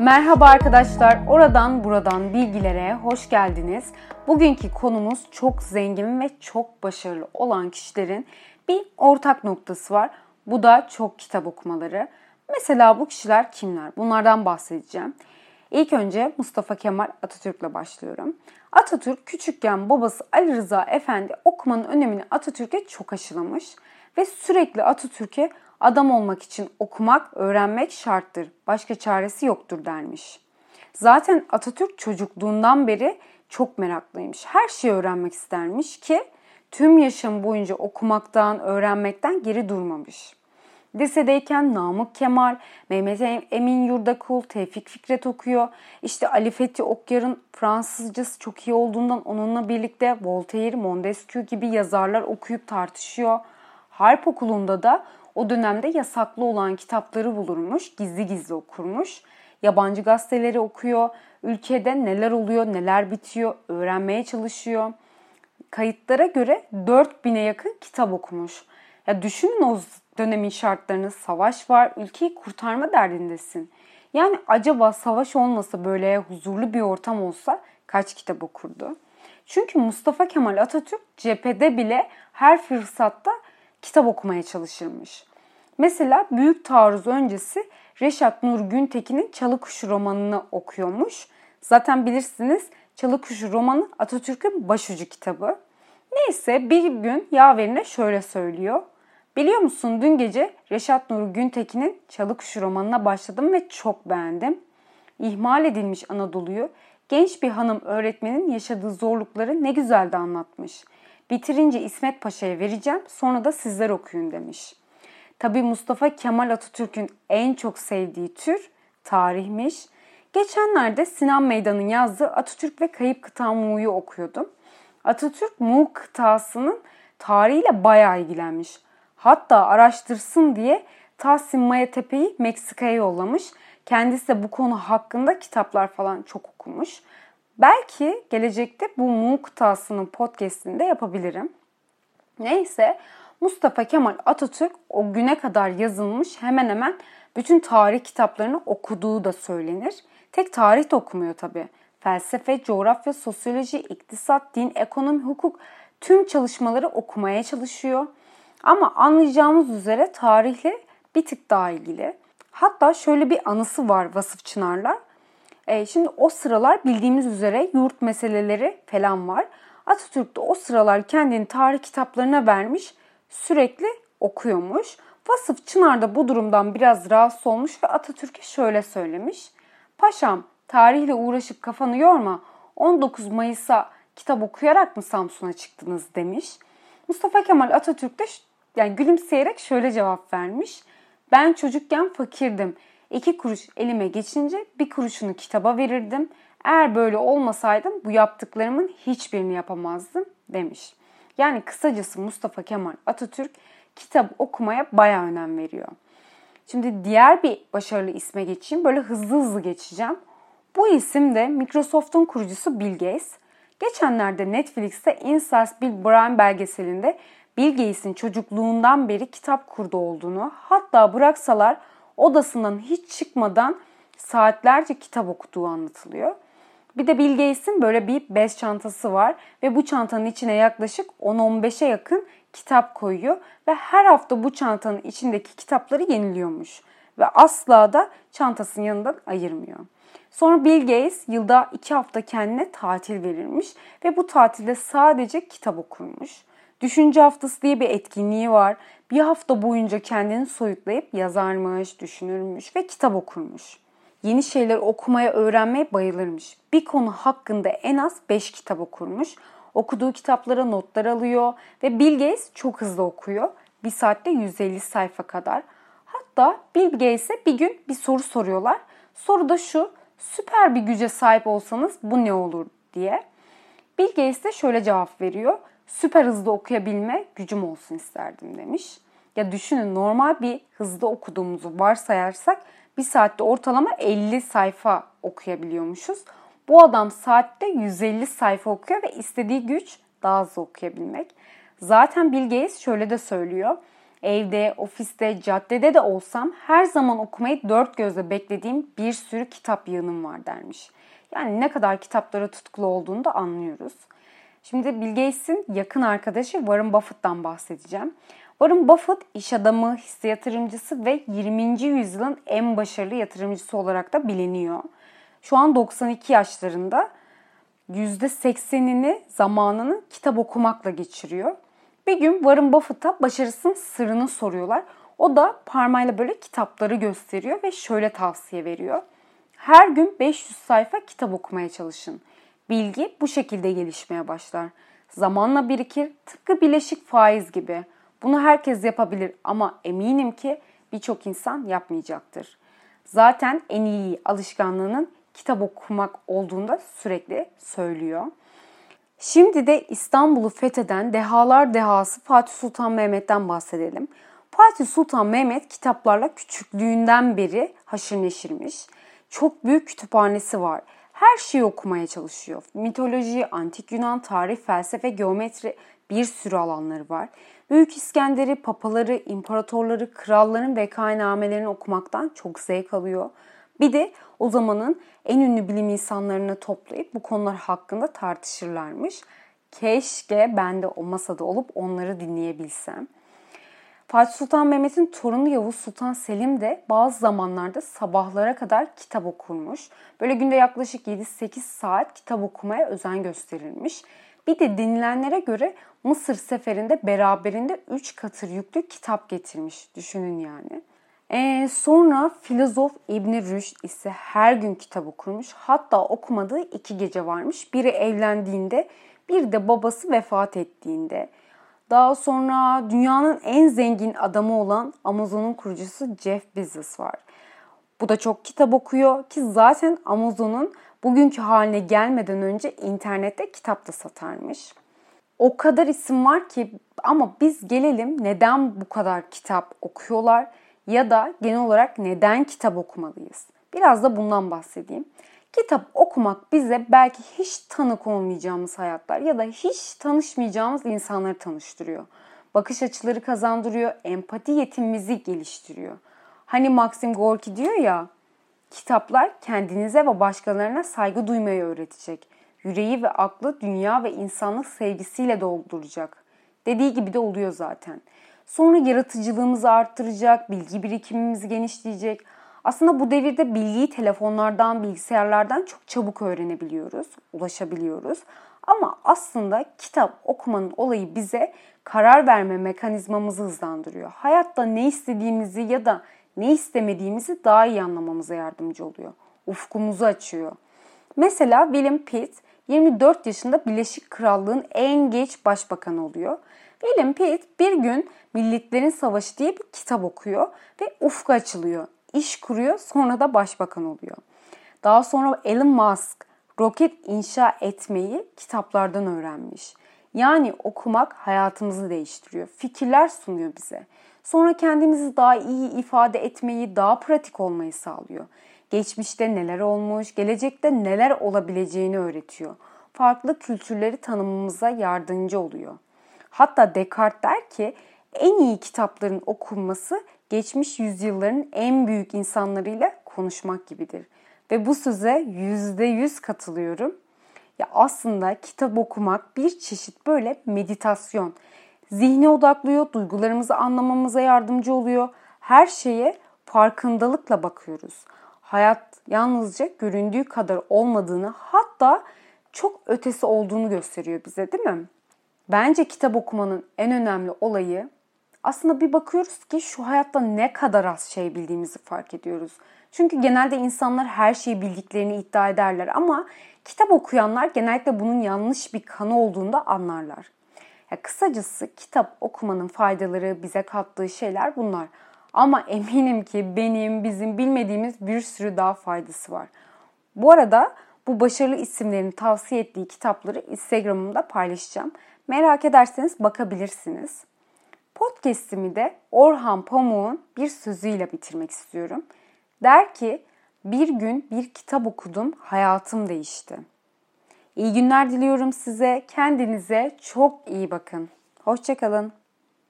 Merhaba arkadaşlar, oradan buradan bilgilere hoş geldiniz. Bugünkü konumuz çok zengin ve çok başarılı olan kişilerin bir ortak noktası var. Bu da çok kitap okumaları. Mesela bu kişiler kimler? Bunlardan bahsedeceğim. İlk önce Mustafa Kemal Atatürk'le başlıyorum. Atatürk küçükken babası Ali Rıza Efendi okumanın önemini Atatürk'e çok aşılamış ve sürekli Atatürk'e adam olmak için okumak, öğrenmek şarttır. Başka çaresi yoktur dermiş. Zaten Atatürk çocukluğundan beri çok meraklıymış. Her şeyi öğrenmek istermiş ki tüm yaşam boyunca okumaktan, öğrenmekten geri durmamış. Lisedeyken Namık Kemal, Mehmet Emin Yurdakul, Tevfik Fikret okuyor. İşte Ali Fethi Okyar'ın Fransızcası çok iyi olduğundan onunla birlikte Voltaire, Montesquieu gibi yazarlar okuyup tartışıyor. Harp Okulu'nda da o dönemde yasaklı olan kitapları bulurmuş, gizli gizli okurmuş. Yabancı gazeteleri okuyor, ülkede neler oluyor, neler bitiyor öğrenmeye çalışıyor. Kayıtlara göre 4000'e yakın kitap okumuş. Ya düşünün o dönemin şartlarını, savaş var, ülkeyi kurtarma derdindesin. Yani acaba savaş olmasa böyle huzurlu bir ortam olsa kaç kitap okurdu? Çünkü Mustafa Kemal Atatürk cephede bile her fırsatta kitap okumaya çalışırmış. Mesela Büyük Taarruz öncesi Reşat Nur Güntekin'in Çalı Kuşu romanını okuyormuş. Zaten bilirsiniz Çalı Kuşu romanı Atatürk'ün başucu kitabı. Neyse bir gün yaverine şöyle söylüyor. Biliyor musun dün gece Reşat Nur Güntekin'in Çalı Kuşu romanına başladım ve çok beğendim. İhmal edilmiş Anadolu'yu genç bir hanım öğretmenin yaşadığı zorlukları ne güzel de anlatmış. Bitirince İsmet Paşa'ya vereceğim, sonra da sizler okuyun demiş. Tabii Mustafa Kemal Atatürk'ün en çok sevdiği tür tarihmiş. Geçenlerde Sinan Meydan'ın yazdığı Atatürk ve Kayıp Kıta Muğ'yu okuyordum. Atatürk Muğ kıtasının tarihiyle bayağı ilgilenmiş. Hatta araştırsın diye Tahsin Mayatepe'yi Meksika'ya yollamış. Kendisi de bu konu hakkında kitaplar falan çok okumuş. Belki gelecekte bu Muğ kıtasının podcast'ini de yapabilirim. Neyse Mustafa Kemal Atatürk o güne kadar yazılmış hemen hemen bütün tarih kitaplarını okuduğu da söylenir. Tek tarih de okumuyor tabii. Felsefe, coğrafya, sosyoloji, iktisat, din, ekonomi, hukuk tüm çalışmaları okumaya çalışıyor. Ama anlayacağımız üzere tarihle bir tık daha ilgili. Hatta şöyle bir anısı var Vasıf Çınar'la. Şimdi o sıralar bildiğimiz üzere yurt meseleleri falan var. Atatürk de o sıralar kendini tarih kitaplarına vermiş, sürekli okuyormuş. Vasıf Çınar da bu durumdan biraz rahatsız olmuş ve Atatürk'e şöyle söylemiş. Paşam, tarihle uğraşıp kafanı yorma, 19 Mayıs'a kitap okuyarak mı Samsun'a çıktınız demiş. Mustafa Kemal Atatürk de gülümseyerek şöyle cevap vermiş. Ben çocukken fakirdim. 2 kuruş elime geçince 1 kuruşunu kitaba verirdim. Eğer böyle olmasaydım bu yaptıklarımın hiçbirini yapamazdım demiş. Yani kısacası Mustafa Kemal Atatürk kitap okumaya bayağı önem veriyor. Şimdi diğer bir başarılı isme geçeyim. Böyle hızlı hızlı geçeceğim. Bu isim de Microsoft'un kurucusu Bill Gates. Geçenlerde Netflix'te Inside Bill Brian belgeselinde Bill Gates'in çocukluğundan beri kitap kurdu olduğunu, hatta bıraksalar odasından hiç çıkmadan saatlerce kitap okuduğu anlatılıyor. Bir de Bill Gates'in böyle bir bez çantası var ve bu çantanın içine yaklaşık 10-15'e yakın kitap koyuyor ve her hafta bu çantanın içindeki kitapları yeniliyormuş ve asla da çantasının yanından ayırmıyor. Sonra Bill Gates yılda 2 hafta kendine tatil verirmiş ve bu tatilde sadece kitap okurmuş. Düşünce haftası diye bir etkinliği var. Bir hafta boyunca kendini soyutlayıp yazarmış, düşünürmüş ve kitap okurmuş. Yeni şeyler okumaya, öğrenmeye bayılırmış. Bir konu hakkında en az 5 kitap okurmuş. Okuduğu kitaplara notlar alıyor ve Bill Gates çok hızlı okuyor. Bir saatte 150 sayfa kadar. Hatta Bill Gates'e bir gün bir soru soruyorlar. Soru da şu, süper bir güce sahip olsanız bu ne olur diye. Bill Gates de şöyle cevap veriyor. Süper hızlı okuyabilme gücüm olsun isterdim demiş. Ya düşünün normal bir hızlı okuduğumuzu varsayarsak bir saatte ortalama 50 sayfa okuyabiliyormuşuz. Bu adam saatte 150 sayfa okuyor ve istediği güç daha hızlı okuyabilmek. Zaten Bill Gates şöyle de söylüyor. Evde, ofiste, caddede de olsam her zaman okumayı dört gözle beklediğim bir sürü kitap yığınım var dermiş. Yani ne kadar kitaplara tutkulu olduğunu da anlıyoruz. Şimdi Bill Gates'in yakın arkadaşı Warren Buffett'tan bahsedeceğim. Warren Buffett iş adamı, hisse yatırımcısı ve 20. yüzyılın en başarılı yatırımcısı olarak da biliniyor. Şu an 92 yaşlarında. %80'ini zamanını kitap okumakla geçiriyor. Bir gün Warren Buffett'a başarısının sırrını soruyorlar. O da parmağıyla böyle kitapları gösteriyor ve şöyle tavsiye veriyor. Her gün 500 sayfa kitap okumaya çalışın. Bilgi bu şekilde gelişmeye başlar. Zamanla birikir, tıpkı bileşik faiz gibi. Bunu herkes yapabilir ama eminim ki birçok insan yapmayacaktır. Zaten en iyi alışkanlığının kitap okumak olduğunda sürekli söylüyor. Şimdi de İstanbul'u fetheden dehalar dehası Fatih Sultan Mehmet'ten bahsedelim. Fatih Sultan Mehmet kitaplarla küçüklüğünden beri haşır neşirmiş. Çok büyük kütüphanesi var. Her şeyi okumaya çalışıyor. Mitoloji, antik Yunan, tarih, felsefe, geometri bir sürü alanları var. Büyük İskender'i, papaları, imparatorları, kralların vekainamelerini okumaktan çok zevk alıyor. Bir de o zamanın en ünlü bilim insanlarını toplayıp bu konular hakkında tartışırlarmış. Keşke ben de o masada olup onları dinleyebilsem. Fatih Sultan Mehmet'in torunu Yavuz Sultan Selim de bazı zamanlarda sabahlara kadar kitap okurmuş. Böyle günde yaklaşık 7-8 saat kitap okumaya özen gösterilmiş. Bir de denilenlere göre Mısır seferinde beraberinde 3 katır yüklü kitap getirmiş. Düşünün yani. Sonra filozof İbn Rüşd ise her gün kitap okurmuş. Hatta okumadığı 2 gece varmış. Biri evlendiğinde, bir de babası vefat ettiğinde. Daha sonra dünyanın en zengin adamı olan Amazon'un kurucusu Jeff Bezos var. Bu da çok kitap okuyor ki zaten Amazon'un bugünkü haline gelmeden önce internette kitap da satarmış. O kadar isim var ki ama biz gelelim neden bu kadar kitap okuyorlar ya da genel olarak neden kitap okumalıyız? Biraz da bundan bahsedeyim. Kitap okumak bize belki hiç tanık olmayacağımız hayatlar ya da hiç tanışmayacağımız insanları tanıştırıyor. Bakış açıları kazandırıyor, empati yetimimizi geliştiriyor. Hani Maxim Gorki diyor ya, kitaplar kendinize ve başkalarına saygı duymayı öğretecek. Yüreği ve aklı dünya ve insanlık sevgisiyle dolduracak. Dediği gibi de oluyor zaten. Sonra yaratıcılığımızı arttıracak, bilgi birikimimizi genişleyecek. Aslında bu devirde bilgiyi telefonlardan, bilgisayarlardan çok çabuk öğrenebiliyoruz, ulaşabiliyoruz. Ama aslında kitap okumanın olayı bize karar verme mekanizmamızı hızlandırıyor. Hayatta ne istediğimizi ya da ne istemediğimizi daha iyi anlamamıza yardımcı oluyor. Ufkumuzu açıyor. Mesela William Pitt 24 yaşında Birleşik Krallığın en genç başbakanı oluyor. William Pitt bir gün Milletlerin Savaşı diye bir kitap okuyor ve ufku açılıyor. İş kuruyor, sonra da başbakan oluyor. Daha sonra Elon Musk roket inşa etmeyi kitaplardan öğrenmiş. Yani okumak hayatımızı değiştiriyor. Fikirler sunuyor bize. Sonra kendimizi daha iyi ifade etmeyi, daha pratik olmayı sağlıyor. Geçmişte neler olmuş, gelecekte neler olabileceğini öğretiyor. Farklı kültürleri tanımamıza yardımcı oluyor. Hatta Descartes der ki en iyi kitapların okunması geçmiş yüzyılların en büyük insanlarıyla konuşmak gibidir. Ve bu söze %100 katılıyorum. Ya aslında kitap okumak bir çeşit böyle meditasyon. Zihni odaklıyor, duygularımızı anlamamıza yardımcı oluyor. Her şeye farkındalıkla bakıyoruz. Hayat yalnızca göründüğü kadar olmadığını, hatta çok ötesi olduğunu gösteriyor bize, değil mi? Bence kitap okumanın en önemli olayı aslında bir bakıyoruz ki şu hayatta ne kadar az şey bildiğimizi fark ediyoruz. Çünkü genelde insanlar her şeyi bildiklerini iddia ederler ama kitap okuyanlar genellikle bunun yanlış bir kanı olduğunu da anlarlar. Ya kısacası kitap okumanın faydaları, bize kattığı şeyler bunlar. Ama eminim ki bizim bilmediğimiz bir sürü daha faydası var. Bu arada bu başarılı isimlerin tavsiye ettiği kitapları Instagram'ımda paylaşacağım. Merak ederseniz bakabilirsiniz. Podcast'imi de Orhan Pamuk'un bir sözüyle bitirmek istiyorum. Der ki, bir gün bir kitap okudum, hayatım değişti. İyi günler diliyorum size. Kendinize çok iyi bakın. Hoşça kalın.